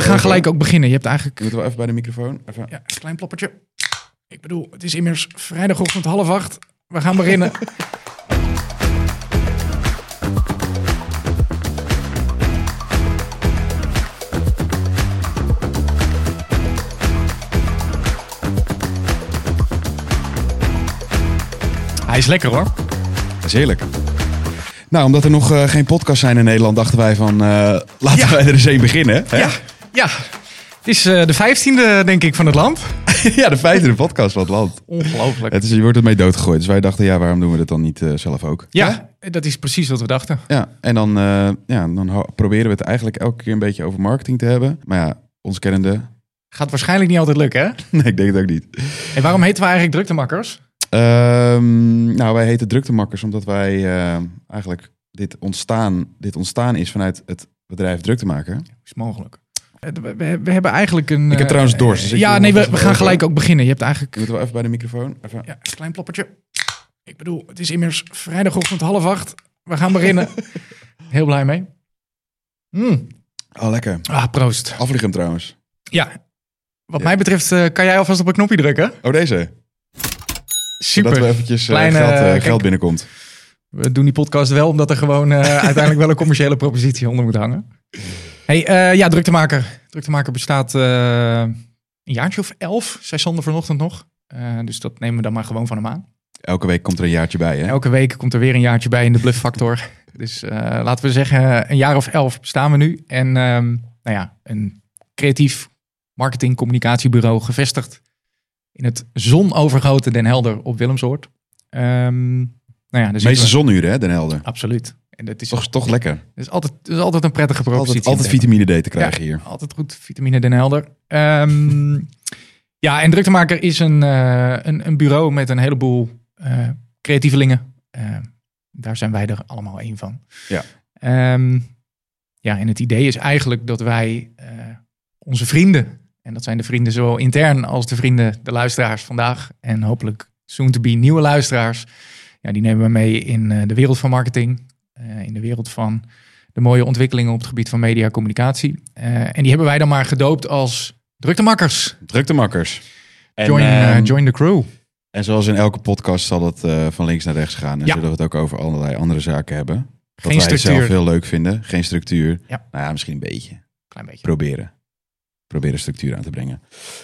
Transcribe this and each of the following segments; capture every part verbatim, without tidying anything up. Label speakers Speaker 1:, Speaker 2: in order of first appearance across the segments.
Speaker 1: gaan gelijk ook beginnen. Je hebt eigenlijk...
Speaker 2: Moeten we even bij de microfoon? Even.
Speaker 1: Ja, een klein ploppertje. Ik bedoel, het is immers vrijdagochtend half acht. We gaan beginnen. Hij is lekker hoor.
Speaker 2: Dat is heerlijk. Nou, omdat er nog uh, geen podcast zijn in Nederland, dachten wij van uh, laten ja. wij er eens een beginnen. Hè?
Speaker 1: Ja, ja. Het is uh, de vijftiende, denk ik, van het land.
Speaker 2: Ja, de vijftiende podcast van het land.
Speaker 1: Ongelooflijk.
Speaker 2: Het is, je wordt ermee doodgegooid. Dus wij dachten, ja, waarom doen we dat dan niet uh, zelf ook?
Speaker 1: Ja, ja, dat is precies wat we dachten.
Speaker 2: Ja, en dan, uh, ja, dan ho- proberen we het eigenlijk elke keer een beetje over marketing te hebben. Maar ja, ons kennende...
Speaker 1: Gaat waarschijnlijk niet altijd lukken, hè?
Speaker 2: Nee, ik denk het ook niet.
Speaker 1: En waarom heten we eigenlijk Druktemakkers?
Speaker 2: Um, nou, wij heten Druktemakkers omdat wij uh, eigenlijk dit ontstaan, dit ontstaan is vanuit het bedrijf Druktemaker.
Speaker 1: Is mogelijk. We, we, we hebben eigenlijk een...
Speaker 2: Ik heb trouwens dorst. Dus ik
Speaker 1: ja, nee, we, we gaan gelijk ook beginnen. Je hebt eigenlijk...
Speaker 2: Moeten we even bij de microfoon? Even.
Speaker 1: Ja, een klein ploppertje. Ik bedoel, het is immers vrijdagochtend half acht. We gaan beginnen. Heel blij mee. Mm.
Speaker 2: Oh, lekker.
Speaker 1: Ah, proost.
Speaker 2: Afvliegen trouwens.
Speaker 1: Ja. Wat
Speaker 2: ja.
Speaker 1: mij betreft uh, kan jij alvast op een knopje drukken.
Speaker 2: Oh, deze?
Speaker 1: Super.
Speaker 2: Zodat we eventjes uh,
Speaker 1: Kleine,
Speaker 2: geld, uh,
Speaker 1: kijk,
Speaker 2: geld binnenkomt.
Speaker 1: We doen die podcast wel omdat er gewoon uh, uiteindelijk wel een commerciële propositie onder moet hangen. Hey, uh, ja, Druktemaker. Druktemaker bestaat uh, een jaartje of elf, zei Sander vanochtend nog. Uh, dus dat nemen we dan maar gewoon van hem aan.
Speaker 2: Elke week komt er een jaartje bij, hè?
Speaker 1: Elke week komt er weer een jaartje bij in de bluffactor. Dus uh, laten we zeggen, een jaar of elf bestaan we nu. En um, nou ja, een creatief marketing communicatiebureau gevestigd in het zonovergoten Den Helder op Willemsoord. Um, nou ja,
Speaker 2: de meeste we... zonuren, hè, Den Helder?
Speaker 1: Absoluut. En dat is
Speaker 2: toch, toch lekker.
Speaker 1: Het is altijd, het is altijd een prettige propositie.
Speaker 2: Altijd, altijd vitamine D te krijgen ja, hier.
Speaker 1: Altijd goed, vitamine Den Helder. Um, ja, en Druktemaker is een, uh, een, een bureau met een heleboel uh, creatievelingen. Uh, daar zijn wij er allemaal één van.
Speaker 2: Ja.
Speaker 1: Um, ja, en het idee is eigenlijk dat wij uh, onze vrienden, en dat zijn de vrienden zowel intern als de vrienden, de luisteraars vandaag, en hopelijk soon to be nieuwe luisteraars, ja, die nemen we mee in uh, de wereld van marketing, uh, in de wereld van de mooie ontwikkelingen op het gebied van media en communicatie. Uh, en die hebben wij dan maar gedoopt als Druktemakkers.
Speaker 2: Druktemakkers. En,
Speaker 1: join, uh, join the crew.
Speaker 2: En zoals in elke podcast zal het uh, van links naar rechts gaan. En
Speaker 1: ja.
Speaker 2: zullen we het ook over allerlei andere zaken hebben. Wat
Speaker 1: Geen
Speaker 2: wij
Speaker 1: structuur.
Speaker 2: zelf heel leuk vinden. Geen structuur.
Speaker 1: Ja.
Speaker 2: Nou ja, misschien een beetje.
Speaker 1: Klein beetje.
Speaker 2: Proberen. Proberen structuur aan te brengen.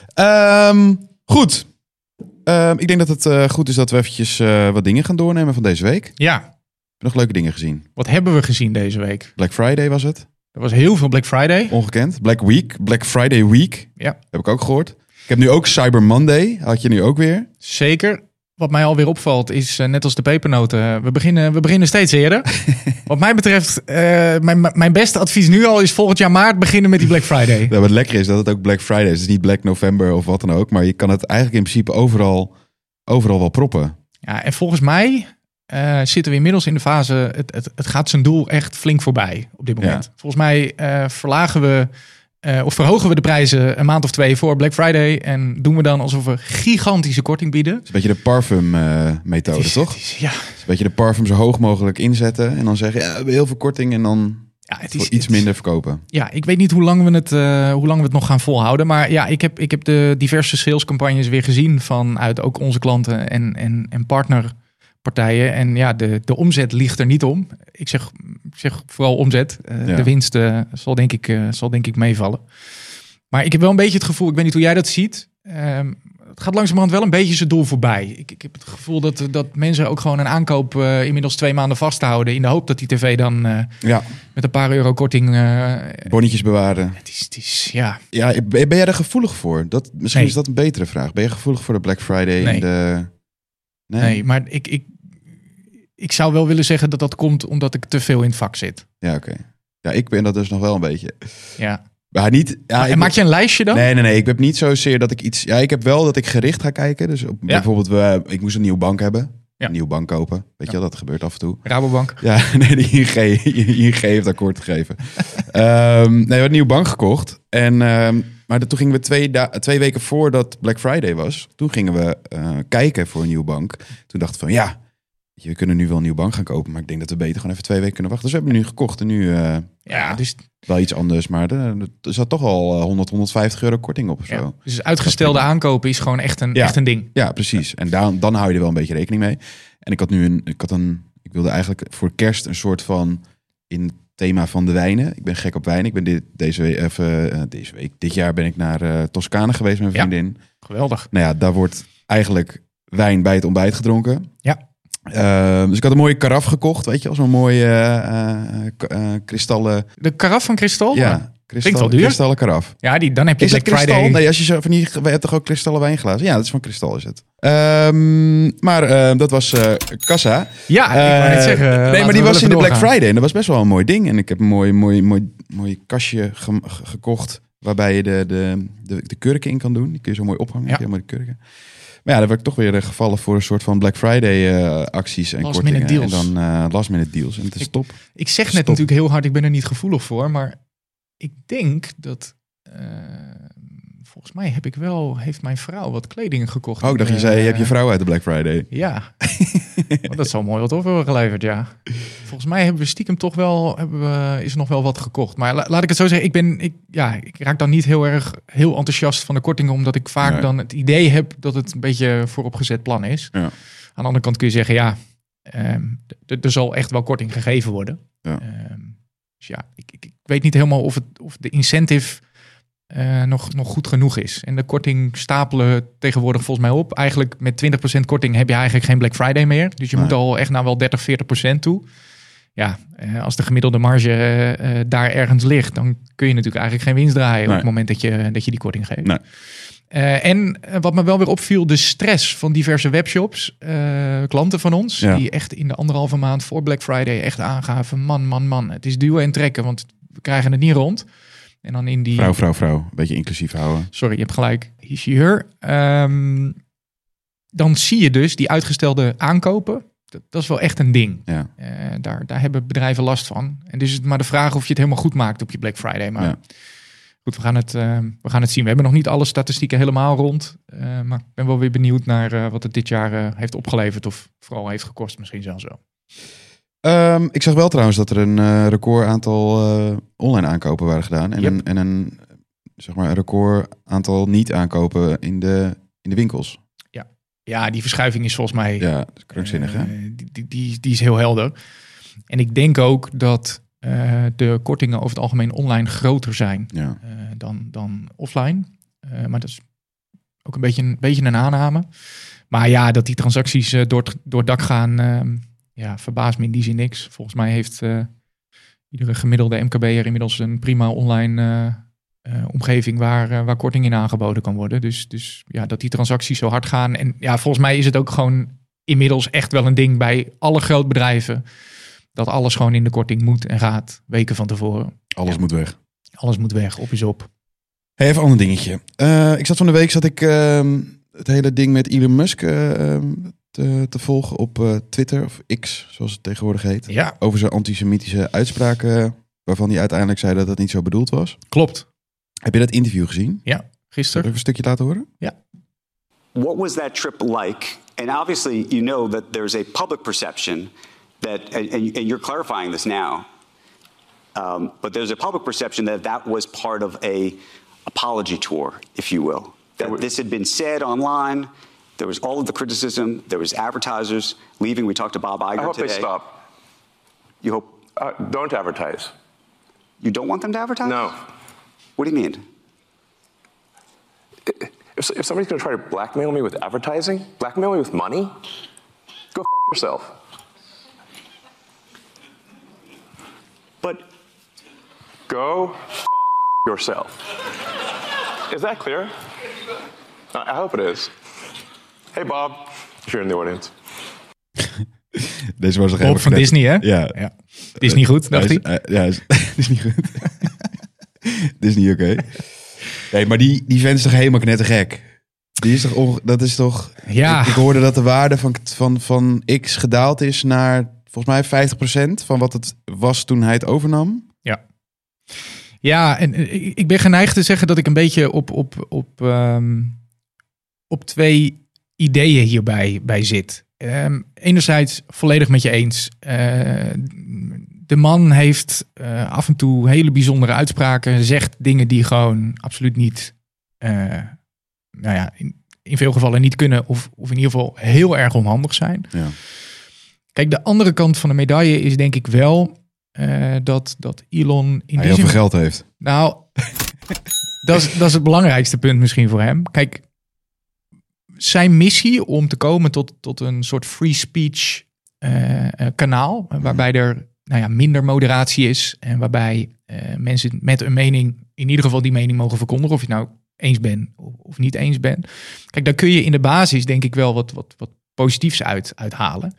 Speaker 2: Um, goed. Um, ik denk dat het uh, goed is dat we eventjes uh, wat dingen gaan doornemen van deze week.
Speaker 1: Ja.
Speaker 2: Heb je nog leuke dingen gezien?
Speaker 1: Wat hebben we gezien deze week?
Speaker 2: Black Friday was het.
Speaker 1: Er was heel veel Black Friday.
Speaker 2: Ongekend. Black Week. Black Friday Week.
Speaker 1: Ja.
Speaker 2: Heb ik ook gehoord. Ik heb nu ook Cyber Monday. Had je nu ook weer.
Speaker 1: Zeker. Wat mij alweer opvalt is, uh, net als de pepernoten, we beginnen, we beginnen steeds eerder. Wat mij betreft, uh, mijn, mijn beste advies nu al is volgend jaar maart beginnen met die Black Friday.
Speaker 2: Ja, wat lekker is dat het ook Black Friday is. Het is niet Black November of wat dan ook. Maar je kan het eigenlijk in principe overal, overal wel proppen.
Speaker 1: Ja, en volgens mij uh, zitten we inmiddels in de fase, het, het, het gaat zijn doel echt flink voorbij op dit moment. Ja. Volgens mij uh, verlagen we, uh, of verhogen we de prijzen een maand of twee voor Black Friday. En doen we dan alsof we gigantische korting bieden. Het
Speaker 2: is een beetje de parfum uh, methode, is, toch?
Speaker 1: Is, ja.
Speaker 2: Het is een beetje de parfum zo hoog mogelijk inzetten. En dan zeggen, ja, we hebben heel veel korting. En dan ja, het is, voor iets het, minder verkopen.
Speaker 1: Ja, ik weet niet hoe lang, we het, uh, hoe lang we het nog gaan volhouden. Maar ja, ik heb, ik heb de diverse salescampagnes weer gezien vanuit ook onze klanten en, en, en partnerpartijen. En ja, de, de omzet ligt er niet om. Ik zeg, ik zeg vooral omzet. Uh, ja. De winst uh, zal, denk ik, uh, zal denk ik meevallen. Maar ik heb wel een beetje het gevoel, ik weet niet hoe jij dat ziet. Um, het gaat langzamerhand wel een beetje zijn doel voorbij. Ik, ik heb het gevoel dat, dat mensen ook gewoon een aankoop uh, inmiddels twee maanden vasthouden in de hoop dat die tv dan uh, ja. met een paar euro korting... Uh,
Speaker 2: bonnetjes bewaren.
Speaker 1: Het is, het is, ja.
Speaker 2: Ja, ben jij er gevoelig voor? Dat, misschien
Speaker 1: nee.
Speaker 2: is dat een betere vraag. Ben je gevoelig voor de Black Friday?
Speaker 1: Nee,
Speaker 2: en de...
Speaker 1: nee? nee, maar ik, ik, ik zou wel willen zeggen dat dat komt omdat ik te veel in het vak zit.
Speaker 2: Ja, oké. Okay. Ja, ik ben dat dus nog wel een beetje.
Speaker 1: Ja.
Speaker 2: Maar niet, ja,
Speaker 1: maar, en maak je een lijstje dan?
Speaker 2: Nee, nee, nee. Ik heb niet zozeer dat ik iets... Ja, ik heb wel dat ik gericht ga kijken. Dus op, ja. bijvoorbeeld, we, ik moest een nieuwe bank hebben. Ja. Een nieuwe bank kopen. Weet ja. je wel, dat gebeurt af en toe.
Speaker 1: Rabobank?
Speaker 2: Ja, nee, de I N G, I N G heeft akkoord gegeven. um, nee, we hebben een nieuwe bank gekocht. En, um, maar de, toen gingen we twee, da- twee weken voordat Black Friday was... Toen gingen we uh, kijken voor een nieuwe bank. Toen dachten we van, ja... we kunnen nu wel een nieuwe bank gaan kopen, maar ik denk dat we beter gewoon even twee weken kunnen wachten. Dus we hebben nu gekocht en nu uh,
Speaker 1: ja, dus
Speaker 2: wel iets anders, maar er, er zat toch al honderd, honderdvijftig euro korting op of zo.
Speaker 1: Ja, dus uitgestelde aankopen is gewoon echt een,
Speaker 2: ja,
Speaker 1: echt een ding.
Speaker 2: Ja, precies. Ja. En dan, dan hou je er wel een beetje rekening mee. En ik had nu een, ik had een, ik wilde eigenlijk voor kerst een soort van in het thema van de wijnen. Ik ben gek op wijn. Ik ben dit, deze week, even, uh, deze week, dit jaar ben ik naar uh, Toscane geweest met mijn vriendin.
Speaker 1: Ja, geweldig.
Speaker 2: Nou ja, daar wordt eigenlijk wijn bij het ontbijt gedronken.
Speaker 1: Ja.
Speaker 2: Uh, dus ik had een mooie karaf gekocht, weet je, als een mooie uh, uh, kristallen.
Speaker 1: De karaf van kristal?
Speaker 2: Ja, kristal,
Speaker 1: wel duur.
Speaker 2: Kristallen karaf.
Speaker 1: Ja, die, dan heb je
Speaker 2: is
Speaker 1: Black
Speaker 2: het kristal?
Speaker 1: Friday.
Speaker 2: Nee, als je zo van die, je hebt toch ook kristallen wijnglazen? Ja, dat is van kristal is het. Um, maar uh, dat was uh, kassa.
Speaker 1: Ja, ik wou net zeggen.
Speaker 2: Uh, nee, maar die was in de Black
Speaker 1: doorgaan.
Speaker 2: Friday en dat was best wel een mooi ding. En ik heb een mooi, mooi, mooi, mooi kastje ge- ge- gekocht waarbij je de, de, de, de kurken in kan doen. Die kun je zo mooi ophangen.
Speaker 1: Ja.
Speaker 2: Helemaal de kurken. Maar ja, daar werd ik toch weer gevallen voor een soort van Black Friday uh, acties en
Speaker 1: last
Speaker 2: kortingen.
Speaker 1: minute deals.
Speaker 2: En dan uh, last minute deals. En het is
Speaker 1: ik,
Speaker 2: top.
Speaker 1: Ik zeg net
Speaker 2: Stop.
Speaker 1: natuurlijk heel hard, ik ben er niet gevoelig voor. Maar ik denk dat... Uh, volgens mij heb ik wel, heeft mijn vrouw wat kleding gekocht.
Speaker 2: Oh, ik dacht je
Speaker 1: uh,
Speaker 2: zei, je hebt je vrouw uit de Black Friday.
Speaker 1: Ja, oh, dat zal mooi wat op hebben geleverd, ja. Volgens mij hebben we stiekem toch wel, hebben we, is er nog wel wat gekocht. Maar la, laat ik het zo zeggen, ik ben, ik, ja, ik raak dan niet heel erg heel enthousiast van de kortingen, omdat ik vaak
Speaker 2: nee. dan
Speaker 1: het idee heb dat het een beetje vooropgezet plan is.
Speaker 2: Ja.
Speaker 1: Aan de andere kant kun je zeggen, ja, um, d- d- er zal echt wel korting gegeven worden.
Speaker 2: Ja.
Speaker 1: Um, dus ja, ik, ik, ik weet niet helemaal of, het, of de incentive uh, nog, nog goed genoeg is. En de korting stapelen tegenwoordig volgens mij op. Eigenlijk met twintig procent korting heb je eigenlijk geen Black Friday meer. Dus je
Speaker 2: nee.
Speaker 1: moet al echt naar wel dertig, veertig procent toe. Ja, uh, als de gemiddelde marge uh, daar ergens ligt, dan kun je natuurlijk eigenlijk geen winst draaien
Speaker 2: nee.
Speaker 1: op het moment dat je, dat je die korting geeft.
Speaker 2: Nee.
Speaker 1: Uh, en uh, wat me wel weer opviel, de stress van diverse webshops, uh, klanten van ons, ja. die echt in de anderhalve maand voor Black Friday echt aangaven, man, man, man, het is duwen en trekken, want we krijgen het niet rond. En dan in die...
Speaker 2: Vrouw, vrouw, vrouw. Een beetje inclusief houden.
Speaker 1: Sorry, je hebt gelijk. He, she, her. Um, dan zie je dus die uitgestelde aankopen. Dat, dat is wel echt een ding.
Speaker 2: Ja.
Speaker 1: Uh, daar, daar hebben bedrijven last van. En dus is het maar de vraag of je het helemaal goed maakt op je Black Friday. Maar
Speaker 2: ja.
Speaker 1: goed, we gaan, het, uh, we gaan het zien. We hebben nog niet alle statistieken helemaal rond. Uh, maar ik ben wel weer benieuwd naar uh, wat het dit jaar uh, heeft opgeleverd. Of vooral heeft gekost, misschien zelfs wel.
Speaker 2: Um, ik zag wel trouwens dat er een uh, record aantal uh, online aankopen waren gedaan. En,
Speaker 1: yep.
Speaker 2: een, en een, zeg maar een record aantal niet aankopen in de, in de winkels.
Speaker 1: Ja. ja, die verschuiving is volgens mij...
Speaker 2: Ja, dat is krankzinnig, uh, hè?
Speaker 1: Die, die, die, die is heel helder. En ik denk ook dat uh, de kortingen over het algemeen online groter zijn
Speaker 2: ja.
Speaker 1: uh, dan, dan offline. Uh, maar dat is ook een beetje een, beetje een aanname. Maar ja, dat die transacties uh, door, door het dak gaan... Uh, Ja, verbaast me in die zin niks. Volgens mij heeft uh, iedere gemiddelde M K B'er inmiddels een prima online uh, uh, omgeving waar, uh, waar korting in aangeboden kan worden. Dus, dus ja, dat die transacties zo hard gaan. En ja, volgens mij is het ook gewoon inmiddels echt wel een ding bij alle grootbedrijven. Dat alles gewoon in de korting moet en gaat, weken van tevoren.
Speaker 2: Alles
Speaker 1: ja.
Speaker 2: moet weg.
Speaker 1: Alles moet weg, op is op.
Speaker 2: Hey, even een ander dingetje. Uh, ik zat van de week, zat ik uh, het hele ding met Elon Musk... Uh, Te, te volgen op uh, Twitter, of X, zoals het tegenwoordig heet.
Speaker 1: Ja.
Speaker 2: Over zijn antisemitische uitspraken, waarvan hij uiteindelijk zei dat het niet zo bedoeld was.
Speaker 1: Klopt.
Speaker 2: Heb je dat interview gezien?
Speaker 1: Ja, gisteren.
Speaker 2: Zal ik even een stukje laten horen?
Speaker 1: Ja.
Speaker 3: What was that trip like? And obviously you know that there's a public perception that, and, and you're clarifying this now, um, but there's a public perception that that was part of a apology tour, if you will. That this had been said online. There was all of the criticism. There was advertisers leaving. We talked to Bob Iger
Speaker 4: I hope
Speaker 3: today.
Speaker 4: they stop.
Speaker 3: You hope?
Speaker 4: Uh, don't advertise.
Speaker 3: You don't want them to advertise?
Speaker 4: No.
Speaker 3: What do you mean?
Speaker 4: If, if somebody's going to try to blackmail me with advertising, blackmail me with money, go f*** yourself.
Speaker 3: But
Speaker 4: go f*** yourself. Is that clear? I hope it is. Hey Bob, if you're in the audience.
Speaker 2: Deze was nog
Speaker 1: Bob van
Speaker 2: net...
Speaker 1: Disney, hè?
Speaker 2: Ja.
Speaker 1: ja. Dit is niet goed, dacht hij.
Speaker 2: Uh, ja, dit is niet goed. Dit is niet oké. Okay. Nee, maar die, die vent is toch helemaal knettergek? Die is toch onge... Dat is toch...
Speaker 1: Ja.
Speaker 2: Ik, ik hoorde dat de waarde van, van, van X gedaald is naar volgens mij vijftig procent van wat het was toen hij het overnam.
Speaker 1: Ja. Ja, en ik ben geneigd te zeggen dat ik een beetje op, op, op, um, op twee ideeën hierbij bij zit. um, enerzijds volledig met je eens. Uh, de man heeft uh, af en toe hele bijzondere uitspraken. Zegt dingen die gewoon absoluut niet... Uh, nou ja, in, in veel gevallen niet kunnen. Of, of in ieder geval heel erg onhandig zijn.
Speaker 2: Ja.
Speaker 1: Kijk, de andere kant van de medaille is denk ik wel... Uh, dat, dat Elon... in
Speaker 2: Hij
Speaker 1: die
Speaker 2: heel
Speaker 1: zin,
Speaker 2: veel geld heeft.
Speaker 1: Nou, dat is, dat is het belangrijkste punt misschien voor hem. Kijk, zijn missie om te komen tot, tot een soort free speech uh, uh, kanaal... waarbij er nou ja, minder moderatie is... en waarbij uh, mensen met een mening... in ieder geval die mening mogen verkondigen... of je het nou eens bent of, of niet eens bent. Kijk, daar kun je in de basis denk ik wel wat, wat, wat positiefs uit, uithalen.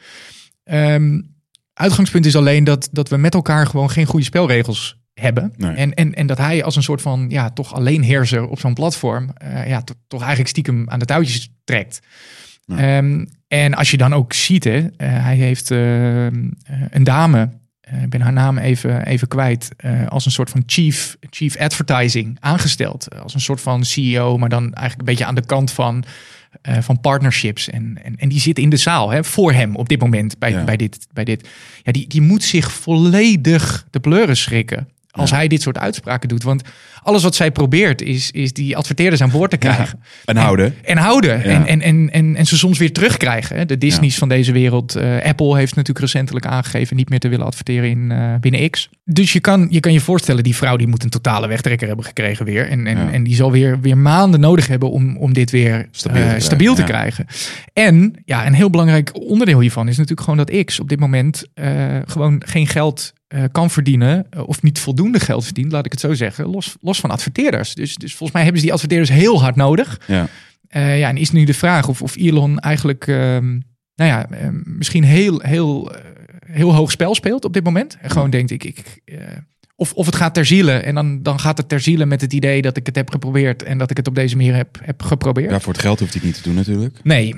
Speaker 1: Um, Uitgangspunt is alleen dat, dat we met elkaar gewoon geen goede spelregels hebben.
Speaker 2: Nee.
Speaker 1: En, en, en dat hij als een soort van ja, toch alleenheerser op zo'n platform... Uh, ja, to, toch eigenlijk stiekem aan de touwtjes trekt. Nee. Um, en als je dan ook ziet, hè, uh, hij heeft uh, een dame... Ik uh, ben haar naam even, even kwijt. Uh, als een soort van chief, chief advertising aangesteld. Uh, als een soort van C E O, maar dan eigenlijk een beetje aan de kant van... Uh, van partnerships. En, en, en die zit in de zaal hè, voor hem op dit moment bij, ja. bij dit. Bij dit. Ja, die, die moet zich volledig de pleuren schrikken als ja. hij dit soort uitspraken doet. Want alles wat zij probeert is, is die adverteerders aan boord te krijgen.
Speaker 2: Ja. En houden.
Speaker 1: En, en houden. Ja. En, en, en, en, en ze soms weer terugkrijgen. Hè. De Disney's ja. van deze wereld. Uh, Apple heeft natuurlijk recentelijk aangegeven niet meer te willen adverteren in uh, binnen X. Dus je kan, je kan je voorstellen, die vrouw die moet een totale wegtrekker hebben gekregen weer. En, en, ja. en die zal weer, weer maanden nodig hebben om, om dit weer
Speaker 2: stabiel,
Speaker 1: uh,
Speaker 2: te,
Speaker 1: stabiel
Speaker 2: krijgen.
Speaker 1: te krijgen. En ja, een heel belangrijk onderdeel hiervan is natuurlijk gewoon dat X op dit moment uh, gewoon geen geld uh, kan verdienen. Uh, of niet voldoende geld verdient, laat ik het zo zeggen. Los, los van adverteerders. Dus, dus volgens mij hebben ze die adverteerders heel hard nodig.
Speaker 2: Ja.
Speaker 1: Uh, ja, en is nu de vraag of, of Elon eigenlijk uh, nou ja, uh, misschien heel, heel, uh, heel hoog spel speelt op dit moment. En gewoon denkt, ik, ik, uh, of, of het gaat ter ziele. En dan, dan gaat het ter ziele met het idee dat ik het heb geprobeerd. En dat ik het op deze manier heb, heb geprobeerd.
Speaker 2: Ja, voor het geld hoeft hij het niet te doen natuurlijk.
Speaker 1: Nee.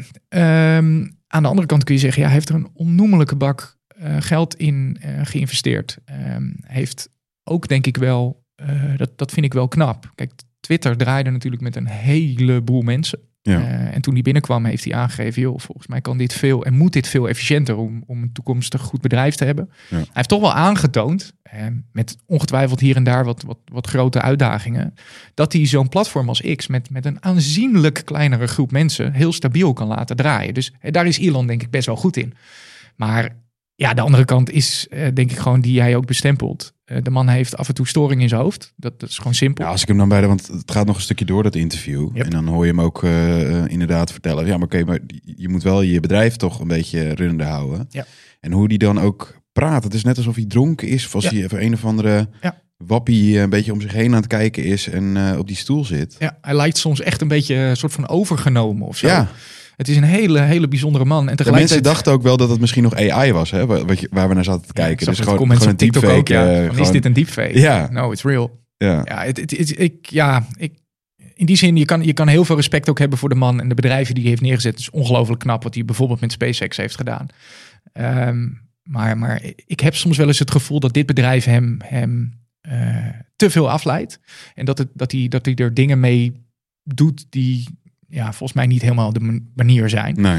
Speaker 1: Um, aan de andere kant kun je zeggen, ja, hij heeft er een onnoemelijke bak uh, geld in uh, geïnvesteerd. Um, heeft ook denk ik wel, uh, dat, dat vind ik wel knap. Kijk, Twitter draaide natuurlijk met een heleboel mensen.
Speaker 2: Ja.
Speaker 1: Uh, en toen hij binnenkwam heeft hij aangegeven, joh, volgens mij kan dit veel en moet dit veel efficiënter om, om een toekomstig goed bedrijf te hebben. Ja. Hij heeft toch wel aangetoond, uh, met ongetwijfeld hier en daar wat, wat, wat grote uitdagingen, dat hij zo'n platform als X met, met een aanzienlijk kleinere groep mensen heel stabiel kan laten draaien. Dus uh, daar is Elon denk ik best wel goed in. Maar ja, de andere kant is uh, denk ik gewoon die jij ook bestempelt. Uh, de man heeft af en toe storing in zijn hoofd. Dat, dat is gewoon simpel.
Speaker 2: Ja, als ik hem dan bij de, want het gaat nog een stukje door dat interview.
Speaker 1: Yep.
Speaker 2: En dan hoor je hem ook uh, inderdaad vertellen. Ja, maar oké, okay, maar je moet wel je bedrijf toch een beetje runnende houden.
Speaker 1: Ja.
Speaker 2: En hoe die dan ook praat. Het is net alsof hij dronken is. Of als ja. hij even een of andere ja. wappie een beetje om zich heen aan het kijken is. En uh, op die stoel zit.
Speaker 1: Ja, hij lijkt soms echt een beetje een soort van overgenomen of zo.
Speaker 2: Ja.
Speaker 1: Het is een hele, hele bijzondere man. En tegelijkertijd...
Speaker 2: De mensen dachten ook wel dat het misschien nog A I was, hè? Wat je, waar we naar zaten te kijken.
Speaker 1: Ja,
Speaker 2: dus
Speaker 1: gewoon,
Speaker 2: gewoon, gewoon een
Speaker 1: TikTok
Speaker 2: deepfake.
Speaker 1: Ook, ja.
Speaker 2: uh,
Speaker 1: van,
Speaker 2: gewoon...
Speaker 1: Is dit een deepfake?
Speaker 2: Ja.
Speaker 1: No, it's real.
Speaker 2: Ja,
Speaker 1: ja, het, het, het, ik, ja ik, in die zin, je kan, je kan heel veel respect ook hebben voor de man en de bedrijven die hij heeft neergezet. Het is ongelooflijk knap wat hij bijvoorbeeld met SpaceX heeft gedaan. Um, maar, maar ik heb soms wel eens het gevoel dat dit bedrijf hem, hem uh, te veel afleidt. En dat, het, dat, hij, dat hij er dingen mee doet die... ja, volgens mij niet helemaal de manier zijn.
Speaker 2: Nee.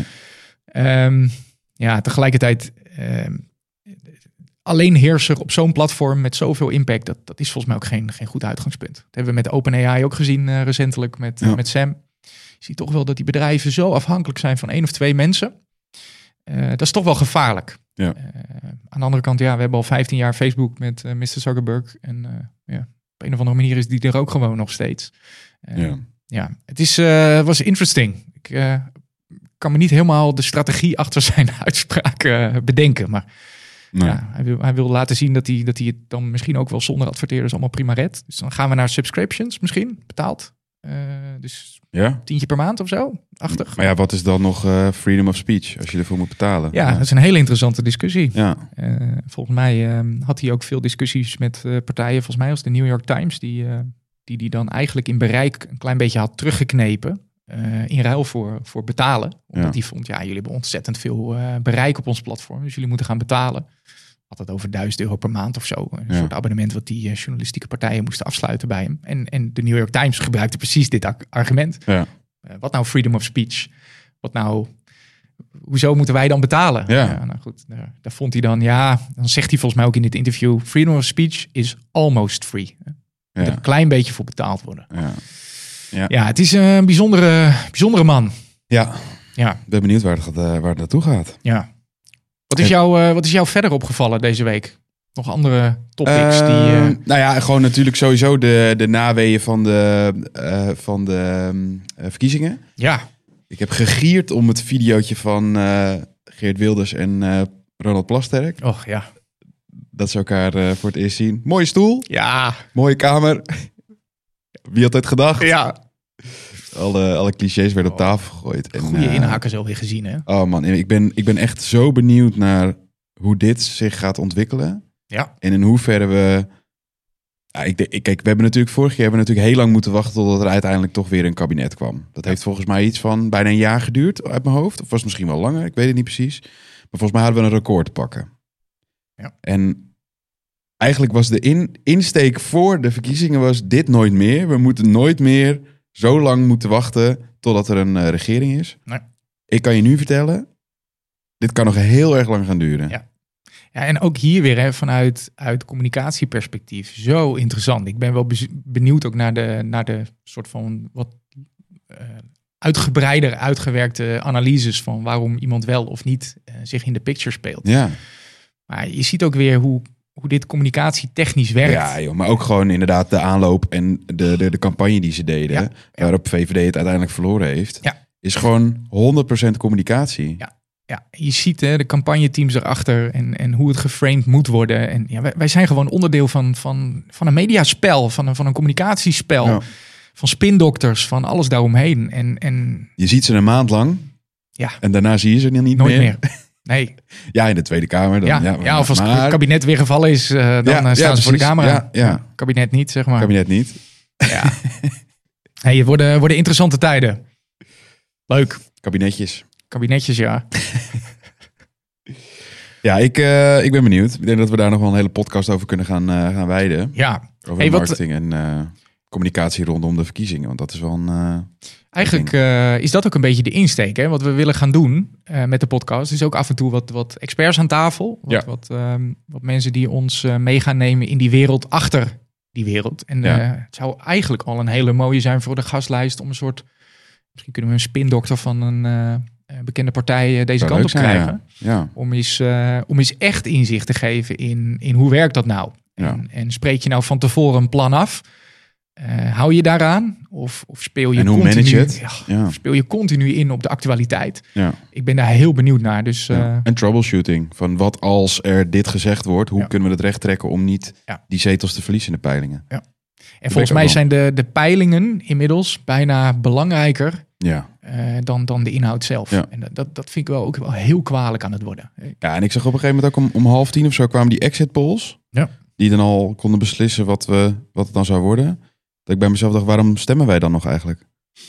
Speaker 1: Um, ja, tegelijkertijd um, alleen heerser op zo'n platform met zoveel impact, dat, dat is volgens mij ook geen, geen goed uitgangspunt. Dat hebben we met OpenAI ook gezien uh, recentelijk met, ja. uh, met Sam. Je ziet toch wel dat die bedrijven zo afhankelijk zijn van één of twee mensen. Uh, dat is toch wel gevaarlijk.
Speaker 2: Ja.
Speaker 1: Uh, aan de andere kant, ja, we hebben al vijftien jaar Facebook met uh, mister Zuckerberg. En uh, ja, op een of andere manier is die er ook gewoon nog steeds. Uh,
Speaker 2: ja.
Speaker 1: Ja, het is, uh, was interesting. Ik uh, kan me niet helemaal de strategie achter zijn uitspraak uh, bedenken. Maar nee. ja, hij, wil, hij wil laten zien dat hij, dat hij het dan misschien ook wel zonder adverteerders allemaal prima redt. Dus dan gaan we naar subscriptions misschien, betaald. Uh, dus
Speaker 2: ja?
Speaker 1: tientje per maand of zo, achtig.
Speaker 2: Maar ja, wat is dan nog uh, freedom of speech als je ervoor moet betalen?
Speaker 1: Ja, ja. Dat is een hele interessante discussie.
Speaker 2: Ja.
Speaker 1: Uh, volgens mij uh, had hij ook veel discussies met uh, partijen, volgens mij als de New York Times, die... Uh, die die dan eigenlijk in bereik een klein beetje had teruggeknepen uh, in ruil voor, voor betalen. Omdat ja. die vond, ja, jullie hebben ontzettend veel uh, bereik op ons platform, dus jullie moeten gaan betalen. Had het over duizend euro per maand of zo. Een ja. soort abonnement wat die uh, journalistieke partijen moesten afsluiten bij hem. En, en de New York Times gebruikte precies dit argument.
Speaker 2: Ja.
Speaker 1: Uh, wat nou freedom of speech? Wat nou... hoezo moeten wij dan betalen?
Speaker 2: Ja.
Speaker 1: nou goed, daar, daar vond hij dan, ja, dan zegt hij volgens mij ook in dit interview, freedom of speech is almost free. Er moet
Speaker 2: Ja.
Speaker 1: een klein beetje voor betaald worden.
Speaker 2: Ja. Ja.
Speaker 1: Ja, het is een bijzondere, bijzondere man.
Speaker 2: ja,
Speaker 1: Ja,
Speaker 2: ik ben benieuwd waar het, gaat, uh, waar het naartoe gaat.
Speaker 1: ja. Wat is, jou, uh, wat is jou verder opgevallen deze week? Nog andere topics
Speaker 2: Uh,
Speaker 1: die... Uh...
Speaker 2: Nou ja, gewoon natuurlijk sowieso de, de naweeën van de, uh, van de um, uh, verkiezingen.
Speaker 1: Ja,
Speaker 2: Ik heb gegierd om het videootje van uh, Geert Wilders en uh, Ronald Plasterk.
Speaker 1: och ja.
Speaker 2: Dat ze elkaar uh, voor het eerst zien. Mooie stoel,
Speaker 1: Ja,
Speaker 2: mooie kamer. Wie had het gedacht?
Speaker 1: ja.
Speaker 2: Alle, alle clichés werden op tafel gegooid. En,
Speaker 1: Goede
Speaker 2: uh,
Speaker 1: inhaken zo weer gezien, hè?
Speaker 2: Oh man, ik ben, ik ben echt zo benieuwd naar hoe dit zich gaat ontwikkelen.
Speaker 1: Ja.
Speaker 2: En in hoeverre we... Ja, ik, ik, kijk, we hebben natuurlijk vorig jaar hebben we natuurlijk heel lang moeten wachten totdat er uiteindelijk toch weer een kabinet kwam. Dat heeft volgens mij iets van bijna een jaar geduurd uit mijn hoofd. Of was het misschien wel langer, ik weet het niet precies. Maar volgens mij hadden we een record te pakken.
Speaker 1: Ja.
Speaker 2: En eigenlijk was de in, insteek voor de verkiezingen was dit nooit meer. We moeten nooit meer zo lang moeten wachten totdat er een uh, regering is.
Speaker 1: Nee.
Speaker 2: Ik kan je nu vertellen, dit kan nog heel erg lang gaan duren.
Speaker 1: Ja. Ja, en ook hier weer hè, vanuit uit communicatieperspectief. Zo interessant. Ik ben wel bez- benieuwd ook naar de, naar de soort van wat uh, uitgebreider uitgewerkte analyses van waarom iemand wel of niet uh, zich in de picture speelt.
Speaker 2: Ja.
Speaker 1: Maar je ziet ook weer hoe, hoe dit communicatietechnisch werkt.
Speaker 2: Ja, joh, maar ook gewoon inderdaad de aanloop en de, de, de campagne die ze deden,
Speaker 1: Ja, ja.
Speaker 2: waarop V V D het uiteindelijk verloren heeft,
Speaker 1: Ja.
Speaker 2: is gewoon honderd procent communicatie.
Speaker 1: Ja. Ja, je ziet hè, de campagneteams erachter en, en hoe het geframed moet worden. En ja, wij, wij zijn gewoon onderdeel van, van, van een mediaspel, van een, van een communicatiespel,
Speaker 2: Ja.
Speaker 1: van spindokters, van alles daaromheen. En, en
Speaker 2: Je ziet ze een maand lang
Speaker 1: ja,
Speaker 2: en daarna zie je ze niet
Speaker 1: nooit
Speaker 2: meer.
Speaker 1: meer. Nee.
Speaker 2: Ja, in de Tweede Kamer. Dan,
Speaker 1: Ja,
Speaker 2: ja,
Speaker 1: ja, of als
Speaker 2: maar-
Speaker 1: het kabinet weer gevallen is, uh, dan
Speaker 2: Ja,
Speaker 1: uh, staan
Speaker 2: ja,
Speaker 1: ze voor de
Speaker 2: precies.
Speaker 1: camera.
Speaker 2: Ja, ja.
Speaker 1: Kabinet niet, zeg maar.
Speaker 2: kabinet niet.
Speaker 1: Ja. Hey, het worden, worden interessante tijden. Leuk.
Speaker 2: Kabinetjes.
Speaker 1: Kabinetjes, ja.
Speaker 2: Ja, ik, uh, ik ben benieuwd. Ik denk dat we daar nog wel een hele podcast over kunnen gaan, uh, gaan wijden.
Speaker 1: Ja.
Speaker 2: Over
Speaker 1: Hey, wat-
Speaker 2: marketing en uh, communicatie rondom de verkiezingen. Want dat is wel een... Uh,
Speaker 1: Eigenlijk uh, is dat ook een beetje de insteek. Hè? Wat we willen gaan doen uh, met de podcast is ook af en toe wat, wat experts aan tafel. Wat,
Speaker 2: Ja.
Speaker 1: wat, um, wat mensen die ons uh, mee gaan nemen in die wereld achter die wereld. En
Speaker 2: Ja.
Speaker 1: uh, het zou eigenlijk al een hele mooie zijn voor de gastlijst om een soort... Misschien kunnen we een spindokter van een uh, bekende partij uh, deze
Speaker 2: zou
Speaker 1: kant op
Speaker 2: leuk zijn,
Speaker 1: krijgen.
Speaker 2: Ja. Ja.
Speaker 1: Om, eens, uh, om eens echt inzicht te geven in, in hoe werkt dat nou?
Speaker 2: Ja.
Speaker 1: En, en spreek je nou van tevoren een plan af? Uh, hou je daaraan? Of, of speel je
Speaker 2: En hoe
Speaker 1: continu,
Speaker 2: manage je het?
Speaker 1: Ja,
Speaker 2: Ja.
Speaker 1: of speel je continu in op de actualiteit?
Speaker 2: Ja.
Speaker 1: Ik ben daar heel benieuwd naar. Dus uh,
Speaker 2: Ja. En troubleshooting. Van wat als er dit gezegd wordt, hoe
Speaker 1: Ja.
Speaker 2: kunnen we het recht trekken om niet
Speaker 1: Ja.
Speaker 2: die zetels te verliezen in de peilingen?
Speaker 1: en
Speaker 2: ik
Speaker 1: volgens
Speaker 2: ook
Speaker 1: mij
Speaker 2: wel.
Speaker 1: zijn de, de peilingen inmiddels bijna belangrijker
Speaker 2: Ja.
Speaker 1: uh, dan, dan de inhoud zelf.
Speaker 2: Ja.
Speaker 1: En dat- dat, dat vind ik wel ook wel heel kwalijk aan het worden.
Speaker 2: Ja, en ik zag op een gegeven moment ook om, om half tien of zo kwamen die exit polls.
Speaker 1: Ja.
Speaker 2: Die dan al konden beslissen wat, we, wat het dan zou worden. Dat ik bij mezelf dacht, waarom stemmen wij dan nog eigenlijk?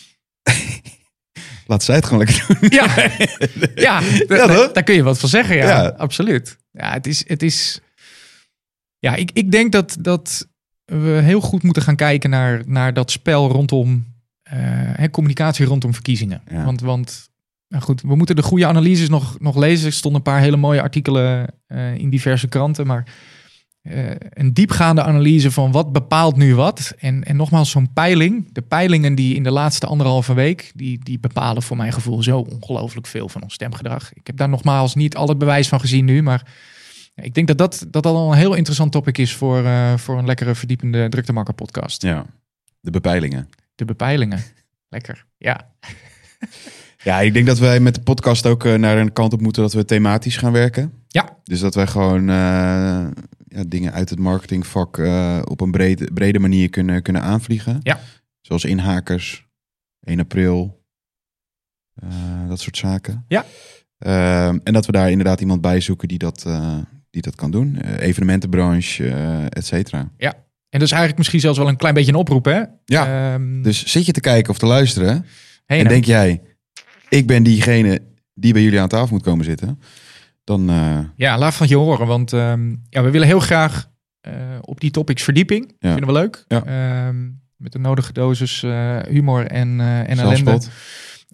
Speaker 2: Laat zij het gewoon lekker doen.
Speaker 1: Ja, ja, d-
Speaker 2: Ja,
Speaker 1: d-
Speaker 2: toch?
Speaker 1: daar kun je wat van zeggen. Ja,
Speaker 2: Ja.
Speaker 1: absoluut. Ja, het is, het is. Ja, ik, ik denk dat, dat we heel goed moeten gaan kijken naar, naar dat spel rondom eh, hè, communicatie rondom verkiezingen.
Speaker 2: Ja.
Speaker 1: Want, want nou goed, we moeten de goede analyses nog, nog lezen. Er stonden een paar hele mooie artikelen eh, in diverse kranten, maar eh, een diepgaande analyse van wat bepaalt nu wat. En, en nogmaals, zo'n peiling. De peilingen die in de laatste anderhalve week, die, die bepalen voor mijn gevoel zo ongelooflijk veel van ons stemgedrag. Ik heb daar nogmaals niet al het bewijs van gezien nu, maar ik denk dat dat, dat al een heel interessant topic is voor, uh, voor een lekkere verdiepende Druktemakker podcast.
Speaker 2: Ja, de bepeilingen.
Speaker 1: De bepeilingen. Lekker, ja.
Speaker 2: Ja, ik denk dat wij met de podcast ook uh, naar een kant op moeten dat we thematisch gaan werken.
Speaker 1: Ja.
Speaker 2: Dus dat wij gewoon uh, ja, dingen uit het marketingvak uh, op een breed, brede manier kunnen, kunnen aanvliegen.
Speaker 1: Ja.
Speaker 2: Zoals inhakers, één april, uh, dat soort zaken.
Speaker 1: Ja.
Speaker 2: Uh, en dat we daar inderdaad iemand bij zoeken die dat, uh, die dat kan doen. Uh, evenementenbranche, uh, et cetera.
Speaker 1: Ja. En dat is eigenlijk misschien zelfs wel een klein beetje een oproep, hè?
Speaker 2: Ja,
Speaker 1: Um,
Speaker 2: dus zit je te kijken of te luisteren
Speaker 1: hey,
Speaker 2: en
Speaker 1: nou,
Speaker 2: denk jij, ik ben diegene die bij jullie aan tafel moet komen zitten, dan uh,
Speaker 1: ja, laat van je horen, want um, ja, we willen heel graag uh, op die topics verdieping.
Speaker 2: Ja.
Speaker 1: Vinden we leuk.
Speaker 2: Ja.
Speaker 1: Um, met de nodige dosis uh, humor en, uh, en ellende.
Speaker 2: zelfspot.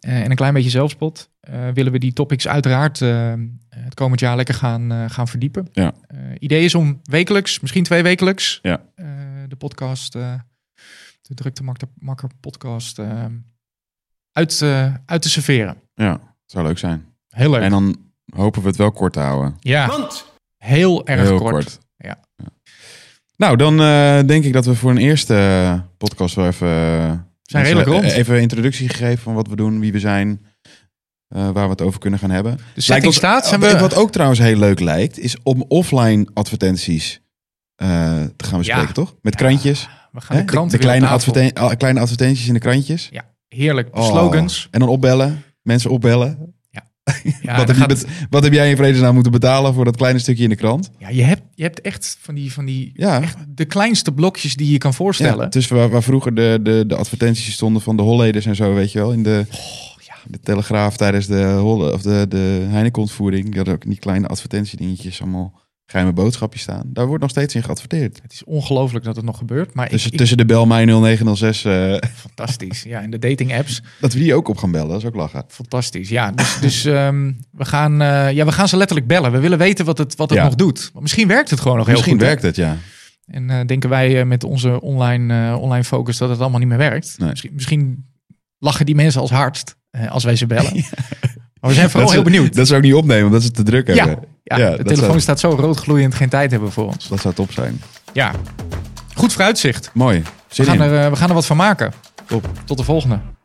Speaker 1: uh, en een klein beetje zelfspot, uh, willen we die topics uiteraard uh, het komend jaar lekker gaan, uh, gaan verdiepen.
Speaker 2: Ja.
Speaker 1: Uh, idee is om wekelijks, misschien twee wekelijks,
Speaker 2: Ja.
Speaker 1: uh, de podcast, uh, de Drukte Makker, Makker podcast, uh, uit, uh, uit te serveren.
Speaker 2: Ja, zou leuk zijn.
Speaker 1: Heel leuk.
Speaker 2: En dan hopen we het wel kort te houden.
Speaker 1: Ja, heel erg
Speaker 2: Heel
Speaker 1: kort.
Speaker 2: kort.
Speaker 1: Ja.
Speaker 2: Ja. Nou, dan uh, denk ik dat we voor een eerste uh, podcast wel even... Uh,
Speaker 1: zijn redelijk rond.
Speaker 2: Even een introductie gegeven van wat we doen, wie we zijn, uh, waar we het over kunnen gaan hebben.
Speaker 1: De setting
Speaker 2: ons,
Speaker 1: staat. Zijn
Speaker 2: uh,
Speaker 1: we...
Speaker 2: Wat ook trouwens heel leuk lijkt, is om offline advertenties uh, te gaan bespreken,
Speaker 1: Ja.
Speaker 2: toch? Met
Speaker 1: Ja,
Speaker 2: krantjes.
Speaker 1: We gaan de
Speaker 2: Hè?
Speaker 1: kranten
Speaker 2: de, de kleine,
Speaker 1: weer op tafel.
Speaker 2: adverten- uh, kleine advertenties in de krantjes.
Speaker 1: Ja, heerlijk. De
Speaker 2: Oh.
Speaker 1: slogans.
Speaker 2: En dan opbellen. Mensen opbellen.
Speaker 1: Ja,
Speaker 2: wat,
Speaker 1: dan
Speaker 2: heb je
Speaker 1: gaat-
Speaker 2: bet- wat heb jij in vredesnaam moeten betalen voor dat kleine stukje in de krant?
Speaker 1: Ja, je hebt, je hebt echt van die, van die
Speaker 2: Ja.
Speaker 1: echt de kleinste blokjes die je kan voorstellen.
Speaker 2: Ja, dus waar, waar vroeger de, de, de advertenties stonden van de Holleders en zo, weet je wel. In de,
Speaker 1: Oh, ja.
Speaker 2: de Telegraaf tijdens de, Holle, of de, de Heineken-ontvoering. Die hadden ook die kleine advertentiedingetjes, allemaal geheime boodschapjes staan. Daar wordt nog steeds in geadverteerd.
Speaker 1: Het is ongelooflijk dat het nog gebeurt. Maar
Speaker 2: Dus
Speaker 1: ik, ik-
Speaker 2: tussen de bel mij nul negen nul zes, uh,
Speaker 1: fantastisch. Ja, en de dating apps.
Speaker 2: dat we die ook op gaan bellen, dat is ook lachen.
Speaker 1: Fantastisch. Ja, dus, dus um, we, gaan, uh, ja, we gaan ze letterlijk bellen. We willen weten wat het, wat het
Speaker 2: Ja.
Speaker 1: nog doet. Maar misschien werkt het gewoon nog heel
Speaker 2: Misschien
Speaker 1: goed. hè?
Speaker 2: werkt het, ja.
Speaker 1: En uh, denken wij uh, met onze online, uh, online focus dat het allemaal niet meer werkt.
Speaker 2: Nee.
Speaker 1: Misschien, misschien lachen die mensen als hardst uh, als wij ze bellen. Maar we zijn vooral
Speaker 2: Dat
Speaker 1: heel
Speaker 2: ze-
Speaker 1: benieuwd.
Speaker 2: Dat ze ook niet opnemen, omdat ze het te druk
Speaker 1: Ja,
Speaker 2: hebben.
Speaker 1: ja,
Speaker 2: Ja,
Speaker 1: de
Speaker 2: dat
Speaker 1: telefoon
Speaker 2: zou-
Speaker 1: staat zo rood gloeiend, geen tijd hebben voor ons.
Speaker 2: Dat zou top zijn.
Speaker 1: Ja, goed vooruitzicht.
Speaker 2: Mooi.
Speaker 1: We
Speaker 2: Zin
Speaker 1: gaan,
Speaker 2: in.
Speaker 1: er, uh, we gaan er wat van maken.
Speaker 2: Top.
Speaker 1: Tot de volgende.